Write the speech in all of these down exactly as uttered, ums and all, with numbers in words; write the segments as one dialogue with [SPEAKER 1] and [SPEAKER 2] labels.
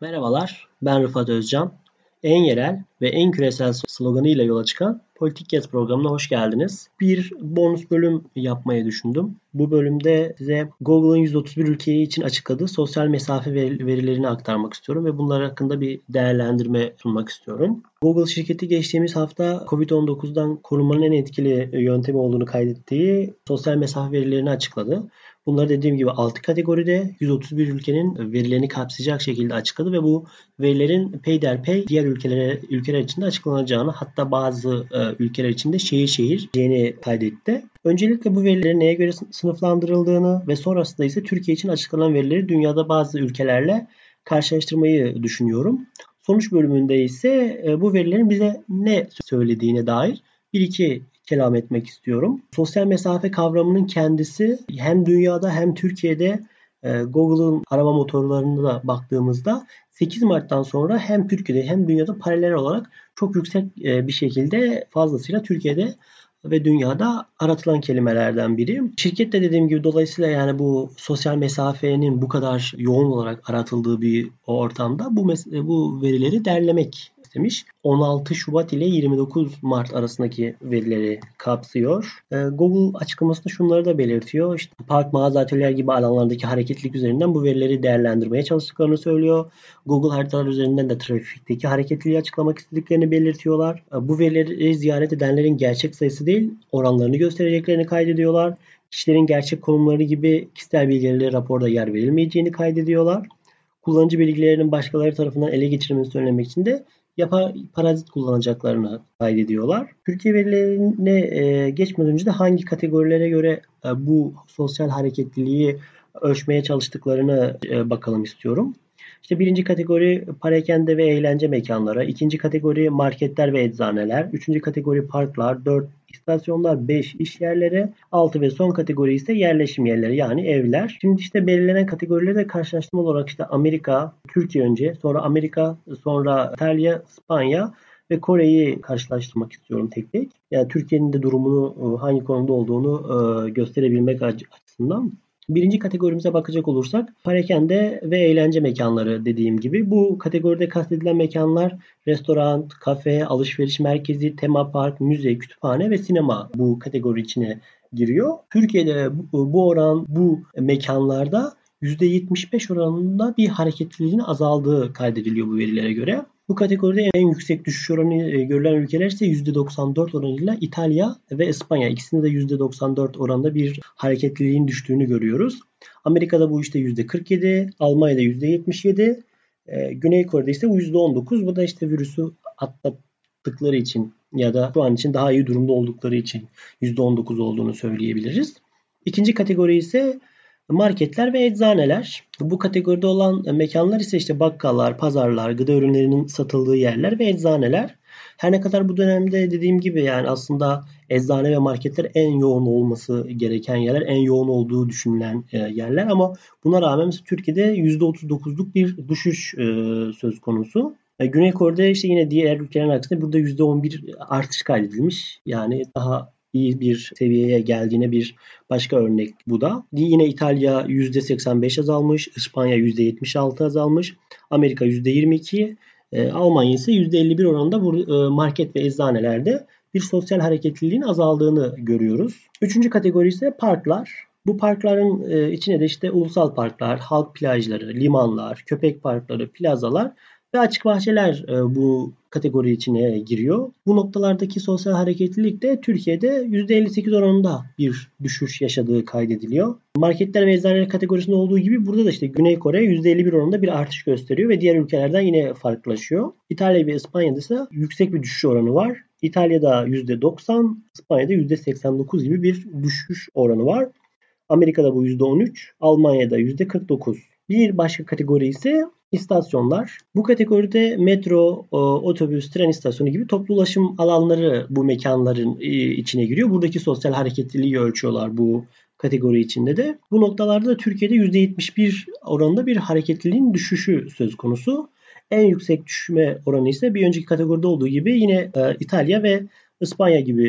[SPEAKER 1] Merhabalar, ben Rıfat Özcan. En yerel ve en küresel sloganıyla yola çıkan Politik Gez programına hoş geldiniz. Bir bonus bölüm yapmayı düşündüm. Bu bölümde size Google'ın yüz otuz bir ülkeyi için açıkladığı sosyal mesafe verilerini aktarmak istiyorum ve bunlar hakkında bir değerlendirme sunmak istiyorum. Google şirketi geçtiğimiz hafta covid on dokuzdan korunmanın en etkili yöntemi olduğunu kaydettiği sosyal mesafe verilerini açıkladı. Bunları dediğim gibi altı kategoride yüz otuz bir ülkenin verilerini kapsayacak şekilde açıkladı ve bu verilerin peyderpey diğer ülkelere ülkeler için de açıklanacağını, hatta bazı e, ülkeler için de şehir şehir diyeceğini kaydetti. Öncelikle bu verilerin neye göre sınıflandırıldığını ve sonrasında ise Türkiye için açıklanan verileri dünyada bazı ülkelerle karşılaştırmayı düşünüyorum. Sonuç bölümünde ise e, bu verilerin bize ne söylediğine dair bir iki kelam etmek istiyorum. Sosyal mesafe kavramının kendisi hem dünyada hem Türkiye'de e, Google'ın arama motorlarına da baktığımızda sekiz Mart'tan sonra hem Türkiye'de hem dünyada paralel olarak çok yüksek e, bir şekilde fazlasıyla Türkiye'de ve dünyada aratılan kelimelerden biri. Şirket de dediğim gibi dolayısıyla yani bu sosyal mesafenin bu kadar yoğun olarak aratıldığı bir ortamda bu mes- bu verileri derlemek istemiş. on altı Şubat ile yirmi dokuz Mart arasındaki verileri kapsıyor. Ee, Google açıklamasında şunları da belirtiyor. İşte park, mağaza, atölyeler gibi alanlardaki hareketlilik üzerinden bu verileri değerlendirmeye çalıştıklarını söylüyor. Google haritalar üzerinden de trafikteki hareketliliği açıklamak istediklerini belirtiyorlar. Ee, bu verileri ziyaret edenlerin gerçek sayısı değil, oranlarını göstereceklerini kaydediyorlar. Kişilerin gerçek konumları gibi kişisel bilgileri raporda yer verilmeyeceğini kaydediyorlar. Kullanıcı bilgilerinin başkaları tarafından ele geçirilmesini önlemek için de yapay parazit kullanacaklarını kaydediyorlar. Türkiye verilerine e, geçmeden önce de hangi kategorilere göre e, bu sosyal hareketliliği ölçmeye çalıştıklarını e, bakalım istiyorum. İşte birinci kategori parakende ve eğlence mekanları, ikinci kategori marketler ve eczaneler, üçüncü kategori parklar, dört istasyonlar, beş iş yerleri, altı ve son kategori ise yerleşim yerleri yani evler. Şimdi işte belirlenen kategorileri de karşılaştırma olarak işte Amerika, Türkiye önce, sonra Amerika, sonra İtalya, İspanya ve Kore'yi karşılaştırmak istiyorum tek tek. Yani Türkiye'nin de durumunu hangi konuda olduğunu gösterebilmek açısından. Birinci kategorimize bakacak olursak parakende ve eğlence mekanları dediğim gibi. Bu kategoride kastedilen mekanlar restoran, kafe, alışveriş merkezi, tema park, müze, kütüphane ve sinema bu kategori içine giriyor. Türkiye'de bu oran bu mekanlarda yüzde yetmiş beş oranında bir hareketliliğin azaldığı kaydediliyor bu verilere göre. Bu kategoride en yüksek düşüş oranı görülen ülkeler ise yüzde doksan dört oranıyla İtalya ve İspanya. İkisinde de yüzde doksan dört oranda bir hareketliliğin düştüğünü görüyoruz. Amerika'da bu işte yüzde kırk yedi, Almanya'da yüzde yetmiş yedi, Güney Kore'de ise yüzde on dokuz. Bu da işte virüsü atlattıkları için ya da şu an için daha iyi durumda oldukları için yüzde on dokuz olduğunu söyleyebiliriz. İkinci kategori ise marketler ve eczaneler. Bu kategoride olan mekanlar ise işte bakkallar, pazarlar, gıda ürünlerinin satıldığı yerler ve eczaneler. Her ne kadar bu dönemde dediğim gibi yani aslında eczane ve marketler en yoğun olması gereken yerler, en yoğun olduğu düşünülen yerler ama buna rağmen mesela Türkiye'de yüzde otuz dokuzluk bir düşüş söz konusu. Güney Kore'de işte yine diğer ülkelerin aksine burada yüzde on bir artış kaydedilmiş. Yani daha iyi bir seviyeye geldiğine bir başka örnek bu da. Yine İtalya yüzde seksen beş azalmış, İspanya yüzde yetmiş altı azalmış, Amerika yüzde yirmi iki, e, Almanya ise yüzde elli bir oranında bu e, market ve eczanelerde bir sosyal hareketliliğin azaldığını görüyoruz. Üçüncü kategori ise parklar. Bu parkların e, içine de işte ulusal parklar, halk plajları, limanlar, köpek parkları, plazalar ve açık bahçeler e, bu kategori içine giriyor. Bu noktalardaki sosyal hareketlilik de Türkiye'de yüzde elli sekiz oranında bir düşüş yaşadığı kaydediliyor. Marketler ve eczaneler kategorisinde olduğu gibi burada da işte Güney Kore yüzde elli bir oranında bir artış gösteriyor ve diğer ülkelerden yine farklılaşıyor. İtalya ve İspanya'da ise yüksek bir düşüş oranı var. İtalya'da yüzde doksan, İspanya'da yüzde seksen dokuz gibi bir düşüş oranı var. Amerika'da bu yüzde on üç, Almanya'da yüzde kırk dokuz. Bir başka kategori ise İstasyonlar. Bu kategoride metro, otobüs, tren istasyonu gibi toplu ulaşım alanları bu mekanların içine giriyor. Buradaki sosyal hareketliliği ölçüyorlar bu kategori içinde de. Bu noktalarda da Türkiye'de yüzde yetmiş bir oranında bir hareketliliğin düşüşü söz konusu. En yüksek düşme oranı ise bir önceki kategoride olduğu gibi yine İtalya ve İspanya gibi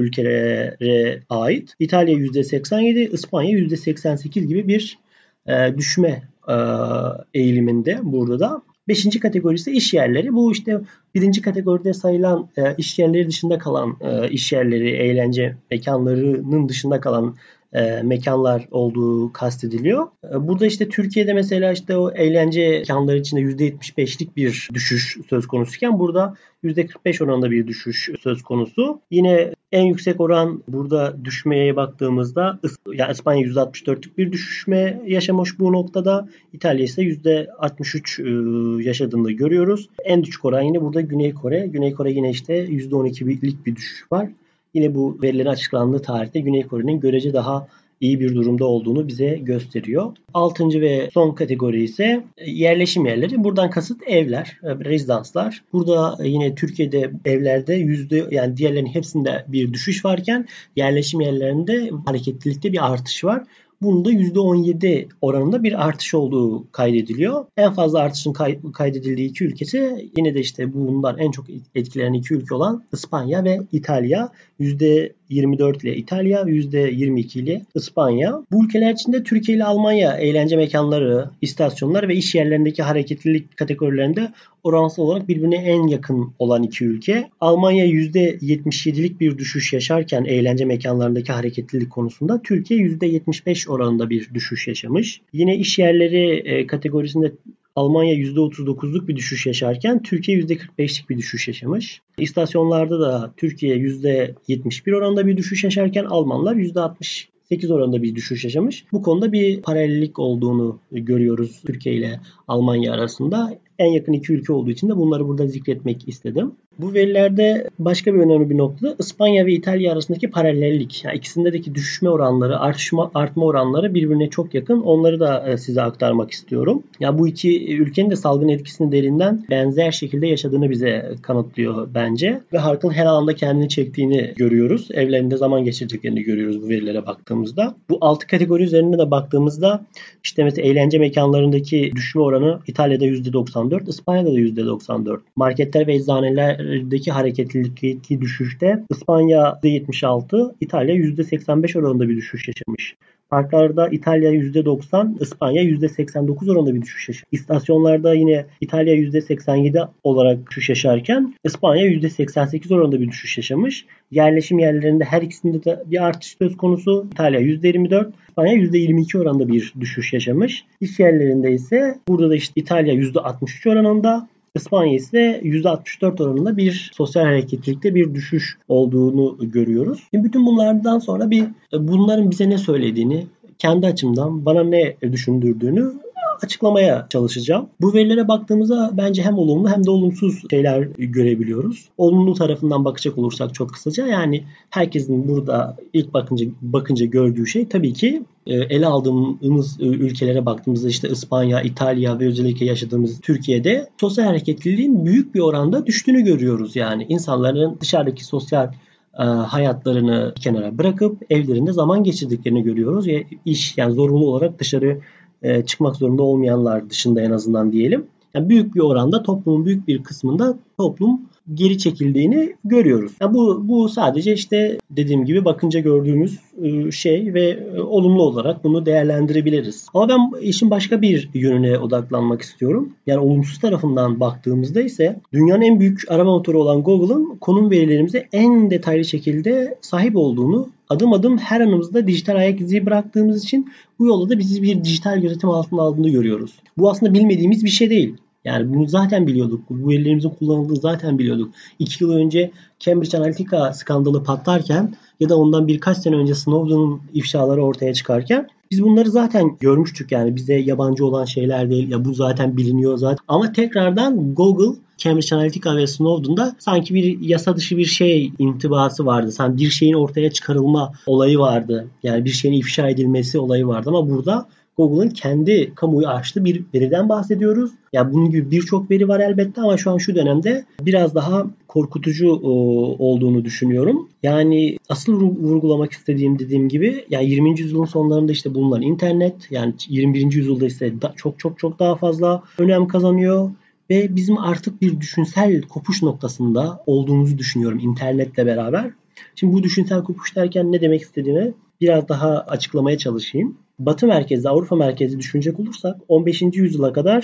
[SPEAKER 1] ülkelere ait. İtalya yüzde seksen yedi, İspanya yüzde seksen sekiz gibi bir düşme eğiliminde burada da. Beşinci kategori ise iş yerleri. Bu işte birinci kategoride sayılan e, iş yerleri dışında kalan e, iş yerleri, eğlence mekanlarının dışında kalan e, mekanlar olduğu kastediliyor. E, burada işte Türkiye'de mesela işte o eğlence mekanları içinde yüzde yetmiş beşlik bir düşüş söz konusuyken burada yüzde kırk beş oranında bir düşüş söz konusu. Yine en yüksek oran burada düşmeye baktığımızda yani İspanya yüzde altmış dörtlük bir düşüşme yaşamış bu noktada. İtalya ise yüzde altmış üç yaşadığını görüyoruz. En düşük oran yine burada Güney Kore. Güney Kore yine işte yüzde on ikilik bir düşüş var. Yine bu verilerin açıklandığı tarihte Güney Kore'nin görece daha iyi bir durumda olduğunu bize gösteriyor. Altıncı ve son kategori ise yerleşim yerleri. Buradan kasıt evler, rezidanslar. Burada yine Türkiye'de evlerde yüzde yani diğerlerinin hepsinde bir düşüş varken yerleşim yerlerinde hareketlilikte bir artış var. Bunda yüzde on yedi oranında bir artış olduğu kaydediliyor. En fazla artışın kay- kaydedildiği iki ülke ise yine de işte bundan en çok etkilenen iki ülke olan İspanya ve İtalya. yüzde yirmi dört ile İtalya, yüzde yirmi iki ile İspanya. Bu ülkeler içinde Türkiye ile Almanya eğlence mekanları, istasyonlar ve iş yerlerindeki hareketlilik kategorilerinde oransal olarak birbirine en yakın olan iki ülke. Almanya yüzde yetmiş yedilik bir düşüş yaşarken eğlence mekanlarındaki hareketlilik konusunda Türkiye yüzde yetmiş beş oranında bir düşüş yaşamış. Yine iş yerleri kategorisinde Almanya yüzde otuz dokuzluk bir düşüş yaşarken Türkiye yüzde kırk beşlik bir düşüş yaşamış. İstasyonlarda da Türkiye yüzde yetmiş bir oranında bir düşüş yaşarken Almanlar yüzde altmış sekiz oranında bir düşüş yaşamış. Bu konuda bir paralellik olduğunu görüyoruz Türkiye ile Almanya arasında. En yakın iki ülke olduğu için de bunları burada zikretmek istedim. Bu verilerde başka bir önemli bir nokta İspanya ve İtalya arasındaki paralellik. Yani ikisindeki düşüşme oranları, artma, artma oranları birbirine çok yakın. Onları da size aktarmak istiyorum. Ya yani bu iki ülkenin de salgın etkisini derinden benzer şekilde yaşadığını bize kanıtlıyor bence. Ve halkın her alanda kendini çektiğini görüyoruz. Evlerinde zaman geçirdiklerini görüyoruz bu verilere baktığımızda. Bu altı kategori üzerinde de baktığımızda işte mesela eğlence mekanlarındaki düşme oranı İtalya'da yüzde doksan dört, İspanya'da da yüzde doksan dört. Marketler ve eczanelerdeki hareketlilikteki düşüşte İspanya yüzde yetmiş altı, İtalya yüzde seksen beş oranında bir düşüş yaşamış. Parklarda İtalya yüzde doksan, İspanya yüzde seksen dokuz oranında bir düşüş yaşamış. İstasyonlarda yine İtalya yüzde seksen yedi olarak düşüş yaşarken İspanya yüzde seksen sekiz oranında bir düşüş yaşamış. Yerleşim yerlerinde her ikisinde de bir artış söz konusu. İtalya yüzde yirmi dört, İspanya yüzde yirmi iki oranında bir düşüş yaşamış. İş yerlerinde ise burada da işte İtalya yüzde altmış üç oranında, İspanya ise yüzde altmış dört oranında bir sosyal hareketlilikte bir düşüş olduğunu görüyoruz. Şimdi bütün bunlardan sonra bir bunların bize ne söylediğini, kendi açımdan bana ne düşündürdüğünü açıklamaya çalışacağım. Bu verilere baktığımızda bence hem olumlu hem de olumsuz şeyler görebiliyoruz. Olumlu tarafından bakacak olursak çok kısaca yani herkesin burada ilk bakınca bakınca gördüğü şey tabii ki ele aldığımız ülkelere baktığımızda işte İspanya, İtalya ve özellikle yaşadığımız Türkiye'de sosyal hareketliliğin büyük bir oranda düştüğünü görüyoruz. Yani insanların dışarıdaki sosyal hayatlarını kenara bırakıp evlerinde zaman geçirdiklerini görüyoruz. İş yani zorunlu olarak dışarı çıkmak zorunda olmayanlar dışında en azından diyelim. Yani büyük bir oranda toplumun büyük bir kısmında toplum geri çekildiğini görüyoruz. Yani bu bu sadece işte dediğim gibi bakınca gördüğümüz şey ve olumlu olarak bunu değerlendirebiliriz. Ama ben işin başka bir yönüne odaklanmak istiyorum. Yani olumsuz tarafından baktığımızda ise dünyanın en büyük arama motoru olan Google'ın konum verilerimize en detaylı şekilde sahip olduğunu, adım adım her anımızda dijital ayak izi bıraktığımız için bu yolda da bizi bir dijital gözetim altında aldığını görüyoruz. Bu aslında bilmediğimiz bir şey değil. Yani bunu zaten biliyorduk. Bu verilerimizin kullanıldığını zaten biliyorduk. İki yıl önce Cambridge Analytica skandalı patlarken ya da ondan birkaç sene önce Snowden'ın ifşaları ortaya çıkarken biz bunları zaten görmüştük. Yani bize yabancı olan şeyler değil. Ya bu zaten biliniyor zaten. Ama tekrardan Google, Cambridge Analytica ve Snowden'da sanki bir yasa dışı bir şey intibası vardı. Sanki bir şeyin ortaya çıkarılma olayı vardı. Yani bir şeyin ifşa edilmesi olayı vardı ama burada Google'ın kendi kamuoyu açtığı bir veriden bahsediyoruz. Yani bunun gibi birçok veri var elbette ama şu an şu dönemde biraz daha korkutucu olduğunu düşünüyorum. Yani asıl vurgulamak istediğim dediğim gibi yani yirminci yüzyılın sonlarında işte bulunan internet yani yirmi birinci yüzyılda ise çok çok çok daha fazla önem kazanıyor. Ve bizim artık bir düşünsel kopuş noktasında olduğumuzu düşünüyorum internetle beraber. Şimdi bu düşünsel kopuş derken ne demek istediğimi biraz daha açıklamaya çalışayım. Batı merkezli, Avrupa merkezli düşünecek olursak on beşinci yüzyıla kadar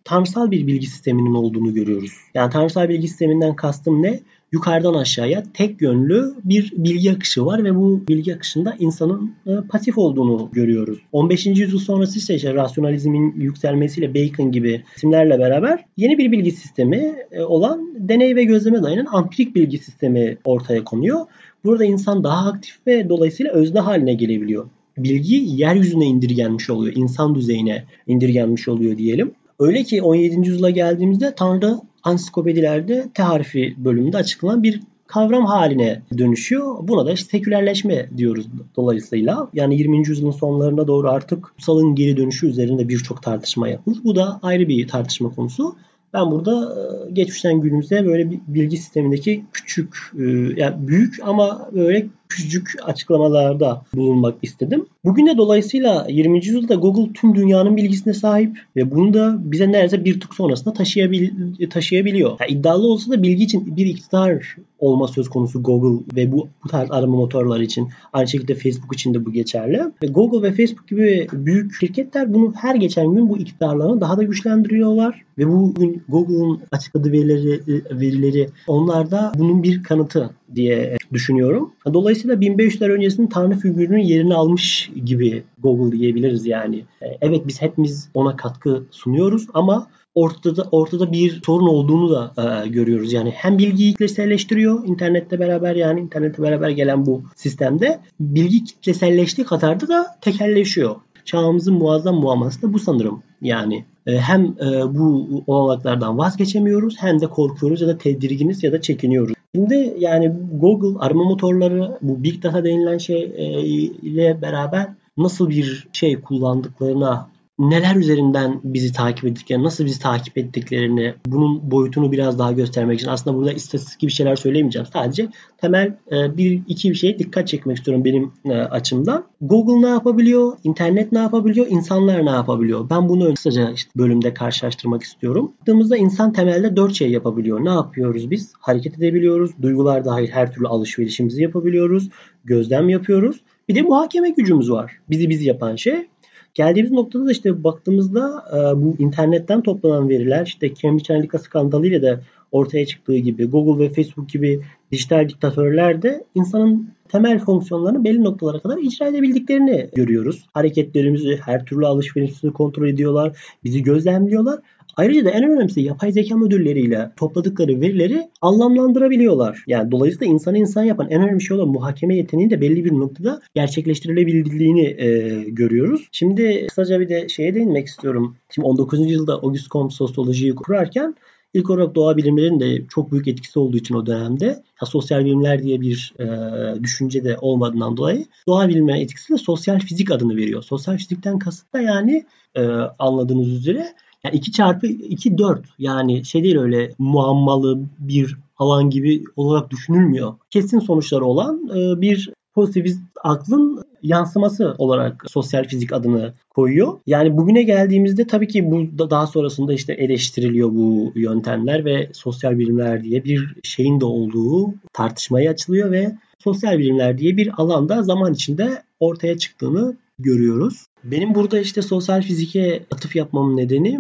[SPEAKER 1] tanrısal bir bilgi sisteminin olduğunu görüyoruz. Yani tanrısal bilgi sisteminden kastım ne? Yukarıdan aşağıya tek yönlü bir bilgi akışı var ve bu bilgi akışında insanın e, pasif olduğunu görüyoruz. on beşinci yüzyıl sonrası ise işte rasyonalizmin yükselmesiyle Bacon gibi isimlerle beraber yeni bir bilgi sistemi e, olan deney ve gözleme dayanan ampirik bilgi sistemi ortaya konuyor. Burada insan daha aktif ve dolayısıyla özne haline gelebiliyor. Bilgi yeryüzüne indirgenmiş oluyor, insan düzeyine indirgenmiş oluyor diyelim. Öyle ki on yedinci yüzyıla geldiğimizde Tanrı ansiklopedilerde T harfi bölümünde açıklanan bir kavram haline dönüşüyor. Buna da işte sekülerleşme diyoruz dolayısıyla. Yani yirminci yüzyılın sonlarına doğru artık kutsalın geri dönüşü üzerinde birçok tartışma yapılır. Bu da ayrı bir tartışma konusu. Ben burada geçmişten günümüze böyle bir bilgi sistemindeki küçük, yani büyük ama böyle küçücük açıklamalarda bulunmak istedim. Bugün de dolayısıyla yirminci yüzyılda Google tüm dünyanın bilgisine sahip ve bunu da bize neredeyse bir tık sonrasında taşıyabil taşıyabiliyor. Yani iddialı olsa da bilgi için bir iktidar olma söz konusu Google ve bu, bu tarz arama motorları için. Aynı şekilde Facebook için de bu geçerli. Ve Google ve Facebook gibi büyük şirketler bunu her geçen gün bu iktidarlarını daha da güçlendiriyorlar. Ve bugün Google'ın açıkladığı verileri, verileri onlar da bunun bir kanıtı diye düşünüyorum. Dolayısıyla bin beş yüzler öncesinin tanrı figürünün yerini almış gibi Google diyebiliriz yani. Evet biz hepimiz ona katkı sunuyoruz ama ortada ortada bir sorun olduğunu da e, görüyoruz. Yani hem bilgiyi kitleselleştiriyor internette beraber yani internette beraber gelen bu sistemde bilgi kitleselleştiği kadar da, da tekelleşiyor. Çağımızın muazzam muamelesi de bu sanırım. Yani e, hem e, bu olanaklardan vazgeçemiyoruz hem de korkuyoruz ya da tedirginiz ya da çekiniyoruz. Şimdi yani Google arama motorları bu Big Data denilen şey e, ile beraber nasıl bir şey kullandıklarına, neler üzerinden bizi takip ettiklerini, nasıl bizi takip ettiklerini, bunun boyutunu biraz daha göstermek için aslında burada istatistik gibi şeyler söyleyemeyeceğim. Sadece temel e, bir iki bir şeye dikkat çekmek istiyorum benim e, açımdan. Google ne yapabiliyor? İnternet ne yapabiliyor? İnsanlar ne yapabiliyor? Ben bunu kısaca işte bölümde karşılaştırmak istiyorum. Baktığımızda insan temelde dört şey yapabiliyor. Ne yapıyoruz biz? Hareket edebiliyoruz. Duygular dahil her türlü alışverişimizi yapabiliyoruz. Gözlem yapıyoruz. Bir de muhakeme gücümüz var. Bizi bizi yapan şey. Geldiğimiz noktada da işte baktığımızda e, bu internetten toplanan veriler işte Cambridge Analytica skandalıyla da ortaya çıktığı gibi Google ve Facebook gibi dijital diktatörler de insanın temel fonksiyonlarını belli noktalara kadar icra edebildiklerini görüyoruz. Hareketlerimizi, her türlü alışverişimizi kontrol ediyorlar, bizi gözlemliyorlar. Ayrıca da en önemlisi yapay zeka modülleriyle topladıkları verileri anlamlandırabiliyorlar. Yani dolayısıyla insanı insan yapan en önemli şey olan muhakeme yeteneğini de belli bir noktada gerçekleştirilebildiğini e, görüyoruz. Şimdi kısaca bir de şeye değinmek istiyorum. Şimdi on dokuzuncu yüzyılda Auguste Comte sosyolojiyi kurarken İlk olarak doğa bilimlerinin de çok büyük etkisi olduğu için o dönemde ya sosyal bilimler diye bir e, düşünce de olmadığından dolayı doğa bilimlerinin etkisiyle sosyal fizik adını veriyor. Sosyal fizikten kasıt da yani e, anladığınız üzere yani iki çarpı iki dört yani şey değil öyle muammalı bir alan gibi olarak düşünülmüyor. Kesin sonuçları olan e, bir pozitivist aklın yansıması olarak sosyal fizik adını koyuyor. Yani bugüne geldiğimizde tabii ki bu da daha sonrasında işte eleştiriliyor bu yöntemler ve sosyal bilimler diye bir şeyin de olduğu tartışmaya açılıyor ve sosyal bilimler diye bir alanda zaman içinde ortaya çıktığını görüyoruz. Benim burada işte sosyal fizike atıf yapmamın nedeni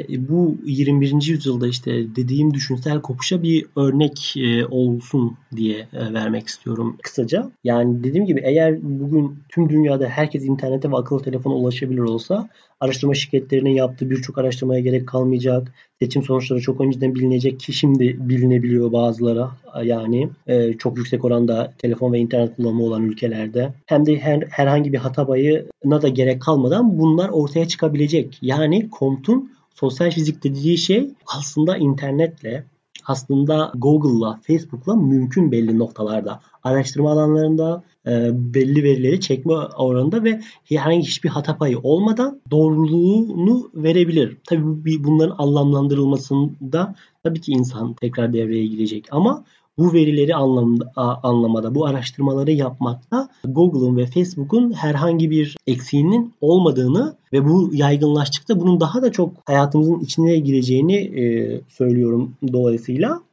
[SPEAKER 1] bu yirmi birinci yüzyılda işte dediğim düşünsel kopuşa bir örnek olsun diye vermek istiyorum kısaca. Yani dediğim gibi eğer bugün tüm dünyada herkes internete ve akıllı telefona ulaşabilir olsa araştırma şirketlerinin yaptığı birçok araştırmaya gerek kalmayacak. Seçim sonuçları çok önceden bilinecek ki şimdi bilinebiliyor bazıları. Yani e, çok yüksek oranda telefon ve internet kullanımı olan ülkelerde. Hem de her, herhangi bir hata payına da gerek kalmadan bunlar ortaya çıkabilecek. Yani Comte'un sosyal fizik dediği şey aslında internetle, aslında Google'la, Facebook'la mümkün belli noktalarda. Araştırma alanlarında e, belli verileri çekme oranında ve herhangi hiçbir hata payı olmadan doğruluğunu verebilir. Tabii bu, bunların anlamlandırılmasında tabii ki insan tekrar devreye girecek ama bu verileri anlamda, anlamada, bu araştırmaları yapmakta Google'un ve Facebook'un herhangi bir eksiğinin olmadığını ve bu yaygınlaştıkça bunun daha da çok hayatımızın içine gireceğini e, söylüyorum dolayısıyla.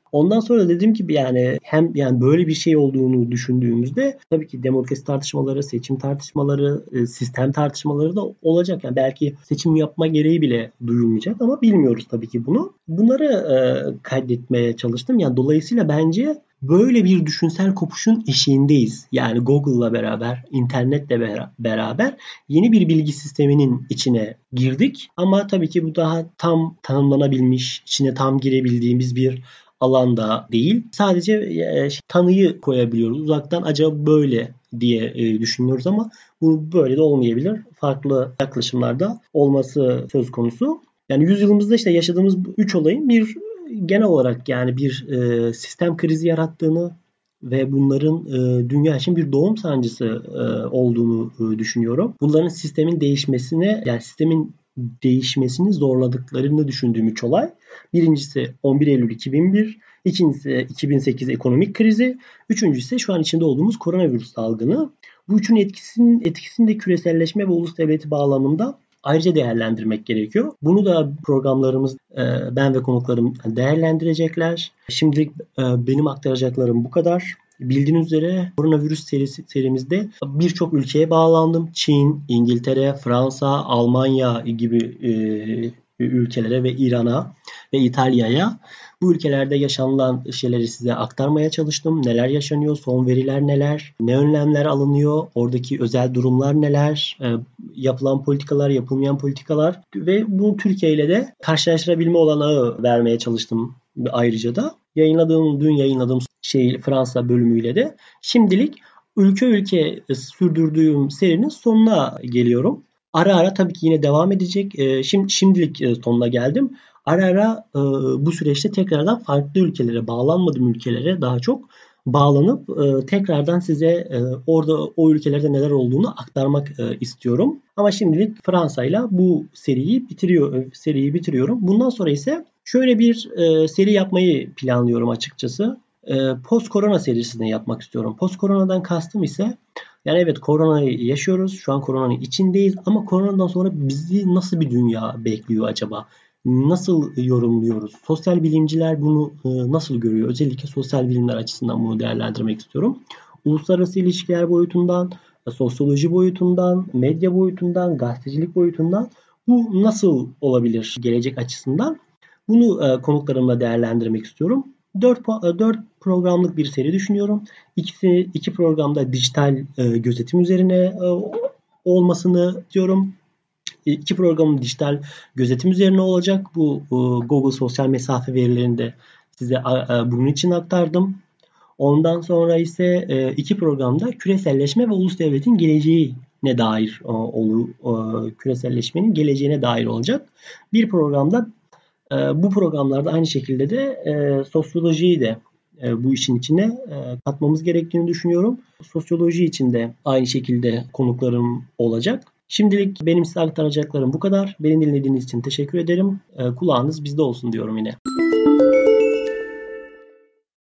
[SPEAKER 1] Ondan sonra da dediğim gibi yani hem yani böyle bir şey olduğunu düşündüğümüzde tabii ki demokrasi tartışmaları, seçim tartışmaları, e, sistem tartışmaları da olacak. Yani belki seçim yapma gereği bile duyulmayacak ama bilmiyoruz tabii ki bunu. Bunları e, kaydetmeye çalıştım. Yani dolayısıyla bence böyle bir düşünsel kopuşun eşiğindeyiz. Yani Google'la beraber, internetle beraber yeni bir bilgi sisteminin içine girdik. Ama tabii ki bu daha tam tanımlanabilmiş, içine tam girebildiğimiz bir alanda değil. Sadece e, tanıyı koyabiliyoruz. Uzaktan acaba böyle diye e, düşünüyoruz ama bu böyle de olmayabilir. Farklı yaklaşımlarda olması söz konusu. Yani yüzyılımızda işte yaşadığımız bu üç olayın bir genel olarak yani bir e, sistem krizi yarattığını ve bunların e, dünya için bir doğum sancısı e, olduğunu e, düşünüyorum. Bunların sistemin değişmesine yani sistemin değişmesini zorladıklarını düşündüğüm üç olay. Birincisi on bir Eylül iki bin bir, ikincisi iki bin sekiz ekonomik krizi, üçüncüsü ise şu an içinde olduğumuz koronavirüs salgını. Bu üçün etkisinin, etkisini de küreselleşme ve ulus devleti bağlamında ayrıca değerlendirmek gerekiyor. Bunu da programlarımız ben ve konuklarım değerlendirecekler. Şimdilik benim aktaracaklarım bu kadar. Bildiğiniz üzere koronavirüs serisi, serimizde birçok ülkeye bağlandım. Çin, İngiltere, Fransa, Almanya gibi e, ülkelere ve İran'a ve İtalya'ya bu ülkelerde yaşanılan şeyleri size aktarmaya çalıştım. Neler yaşanıyor, son veriler neler, ne önlemler alınıyor, oradaki özel durumlar neler, e, yapılan politikalar, yapılmayan politikalar ve bunu Türkiye ile de karşılaştırabilme olanağı vermeye çalıştım ayrıca da. Yayınladığım, dün yayınladığım şey Fransa bölümüyle de şimdilik ülke ülke sürdürdüğüm serinin sonuna geliyorum. Ara ara tabii ki yine devam edecek. E, şimdi şimdilik sonuna geldim. Ara ara e, bu süreçte tekrardan farklı ülkelere, bağlanmadığım ülkelere daha çok bağlanıp e, tekrardan size e, orada o ülkelerde neler olduğunu aktarmak e, istiyorum. Ama şimdilik Fransa'yla bu seriyi bitiriyor, seriyi bitiriyorum. Bundan sonra ise şöyle bir e, seri yapmayı planlıyorum açıkçası. E, Post korona serisini yapmak istiyorum. Post koronadan kastım ise yani evet koronayı yaşıyoruz. Şu an koronanın içindeyiz ama koronadan sonra bizi nasıl bir dünya bekliyor acaba? Nasıl yorumluyoruz? Sosyal bilimciler bunu nasıl görüyor? Özellikle sosyal bilimler açısından bunu değerlendirmek istiyorum. Uluslararası ilişkiler boyutundan, sosyoloji boyutundan, medya boyutundan, gazetecilik boyutundan bu nasıl olabilir gelecek açısından? Bunu konuklarımla değerlendirmek istiyorum. dört programlık bir seri düşünüyorum. İkisi iki programda dijital gözetim üzerine olmasını istiyorum. İki programın dijital gözetim üzerine olacak. Bu Google sosyal mesafe verilerini de size bunun için aktardım. Ondan sonra ise iki programda küreselleşme ve ulus devletin geleceğine dair küreselleşmenin geleceğine dair olacak. Bir programda bu programlarda aynı şekilde de sosyolojiyi de bu işin içine katmamız gerektiğini düşünüyorum. Sosyoloji için de aynı şekilde konuklarım olacak. Şimdilik benim size aktaracaklarım bu kadar. Beni dinlediğiniz için teşekkür ederim. Kulağınız bizde olsun diyorum yine.